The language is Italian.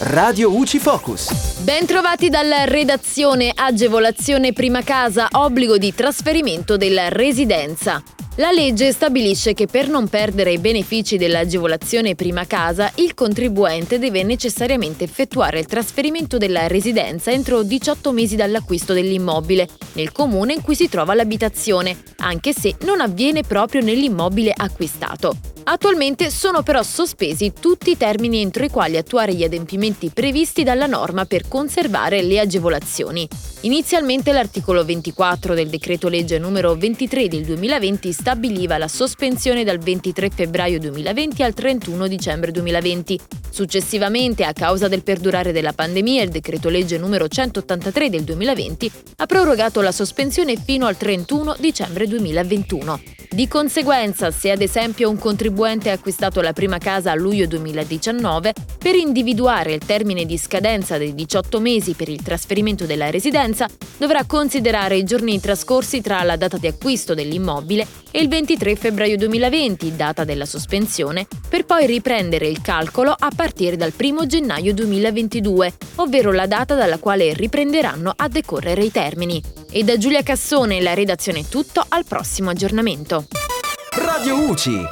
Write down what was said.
Radio UCI Focus. Ben trovati dalla redazione. Agevolazione prima casa, obbligo di trasferimento della residenza. La legge stabilisce che per non perdere i benefici dell'agevolazione prima casa, il contribuente deve necessariamente effettuare il trasferimento della residenza entro 18 mesi dall'acquisto dell'immobile, nel comune in cui si trova l'abitazione, anche se non avviene proprio nell'immobile acquistato. Attualmente sono però sospesi tutti i termini entro i quali attuare gli adempimenti previsti dalla norma per conservare le agevolazioni. Inizialmente l'articolo 24 del decreto legge numero 23 del 2020 stabiliva la sospensione dal 23 febbraio 2020 al 31 dicembre 2020. Successivamente, a causa del perdurare della pandemia, il decreto legge numero 183 del 2020 ha prorogato la sospensione fino al 31 dicembre 2021. Di conseguenza, se ad esempio un contribuente ha acquistato la prima casa a luglio 2019, per individuare il termine di scadenza dei 18 mesi per il trasferimento della residenza, dovrà considerare i giorni trascorsi tra la data di acquisto dell'immobile e il 23 febbraio 2020, data della sospensione, per poi riprendere il calcolo a partire dal 1 gennaio 2022, ovvero la data dalla quale riprenderanno a decorrere i termini. E da Giulia Cassone, la redazione è tutto, al prossimo aggiornamento. Radio UCI,